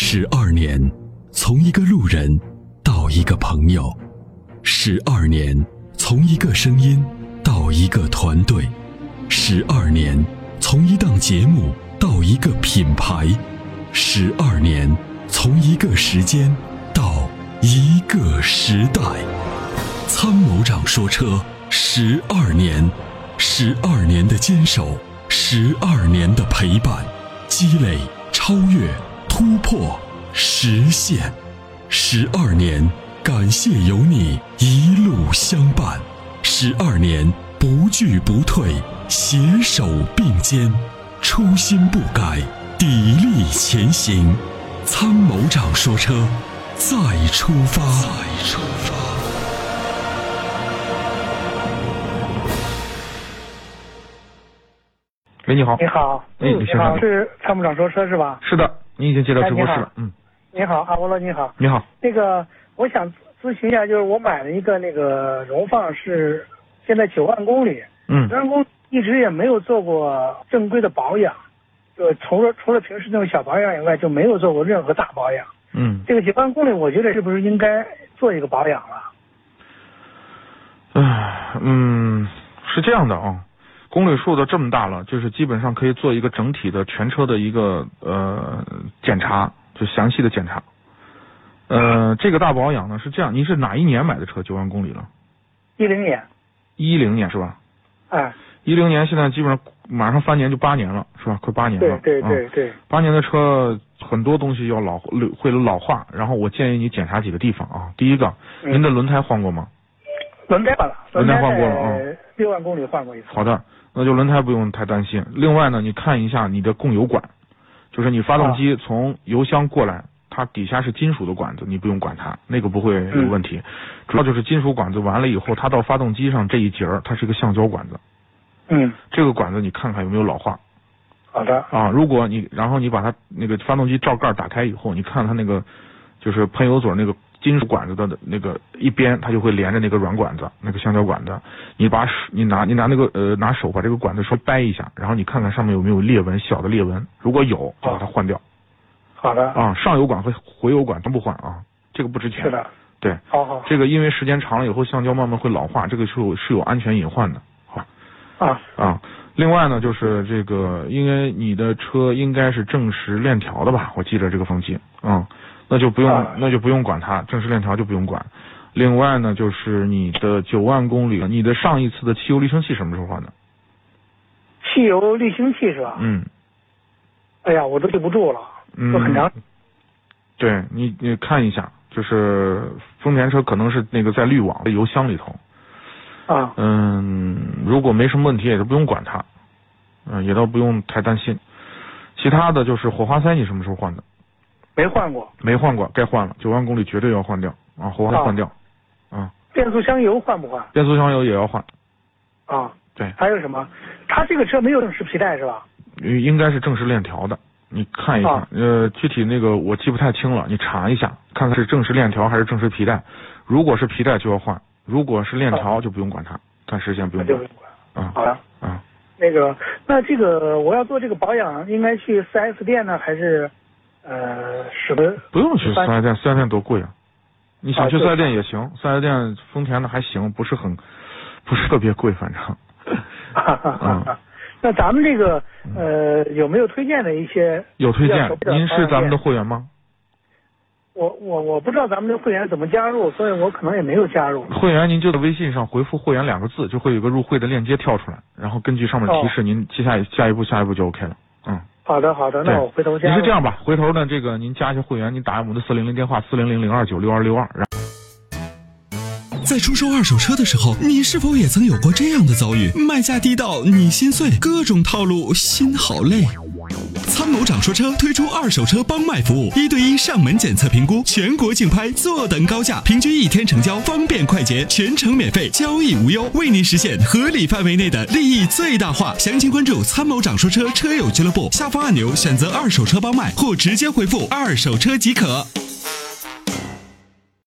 12年，从一个路人到一个朋友；12年，从一个声音到一个团队；12年，从一档节目到一个品牌；12年，从一个时间到一个时代。参谋长说车12年，12年的坚守，12年的陪伴，积累、超越、突破、实现。12年，感谢有你一路相伴。12年，不惧不退，携手并肩，初心不改，砥砺前行。参谋长说车，再出发。 喂，你好。 你好， 你好， 是参谋长说车是吧？ 是的，你已经接到直播室了。 你好，阿波罗，你好。 你好。 那个，我想咨询一下，就是我买了一个那个荣放，是现在9万公里。9万公里一直也没有做过正规的保养，就除了平时那种小保养以外，就没有做过任何大保养。这个9万公里，我觉得是不是应该做一个保养了？ 是这样的啊。公里数的这么大了，就是基本上可以做一个整体的全车的一个检查，就详细的检查。这个大保养呢是这样，您是哪一年买的车？9万公里了 ？10年。 10年是吧？10年现在基本上马上翻年就8年了，是吧？快8年了。 对。 8年的车很多东西要会老化，然后我建议你检查几个地方啊。第一个，您的轮胎换过吗？ 轮胎换了。 轮胎换过了啊。 6万公里换过一次。 好的。那就轮胎不用太担心。另外呢，你看一下你的供油管，就是你发动机从油箱过来，它底下是金属的管子，你不用管它，那个不会有问题。主要就是金属管子完了以后，它到发动机上这一节它是一个橡胶管子。这个管子你看看有没有老化。 好的。 如果然后你把它那个发动机罩盖打开以后，你看它那个就是喷油嘴那个金属管子的那个一边，它就会连着那个软管子，那个橡胶管子。你拿那个拿手把这个管子稍掰一下，然后你看看上面有没有裂纹，小的裂纹，如果有就把它换掉。 好的。 上油管和回油管都不换啊，这个不值钱。 是的。 对。 好。 这个因为时间长了以后，橡胶慢慢会老化，这个是有安全隐患的。好。另外呢，就是这个，因为你的车应该是正时链条的吧？我记得这个风机。那就不用管它，正时链条就不用管。另外呢，就是你的9万公里，你的上一次的汽油滤清器什么时候换的？ 汽油滤清器是吧？哎呀，我都记不住了，都很长。 对，你看一下，就是丰田车可能是那个在滤网的油箱里头。如果没什么问题，也就不用管它，也倒不用太担心。其他的就是火花塞，你什么时候换的？ 没换过， 该换了。9万公里绝对要换掉火花塞换掉。 变速箱油换不换？ 变速箱油也要换。对。 还有什么？它这个车没有正时皮带是吧？ 应该是正时链条的，你看一下。具体那个我记不太清了，你查一下，看看是正时链条还是正时皮带。如果是皮带就要换，如果是链条就不用管它，暂时先不用管。 好的。那这个我要做这个保养，应该去4S 店呢，还是什么？ 不用去4S店，4S店多贵啊！你想去4S店也行，4S店丰田的还行，不是特别贵，反正。 那咱们这个有没有推荐的一些？ 有推荐。您是咱们的会员吗？ 我不知道咱们的会员怎么加入，所以我可能也没有加入。 会员您就在微信上回复会员2个字，就会有个入会的链接跳出来，然后根据上面提示，您下一步就 OK 了。 好的，那我回头加。 你是这样吧？回头呢，这个您加一下会员，您打我们的400电话400-029-6262。 在出售二手车的时候，你是否也曾有过这样的遭遇？卖价低到你心碎，各种套路，心好累。参谋长说车推出二手车帮卖服务，1对1上门检测评估，全国竞拍，坐等高价，平均1天成交，方便快捷，全程免费，交易无忧，为您实现合理范围内的利益最大化。详情关注参谋长说车车友俱乐部，下方按钮选择二手车帮卖，或直接回复二手车即可。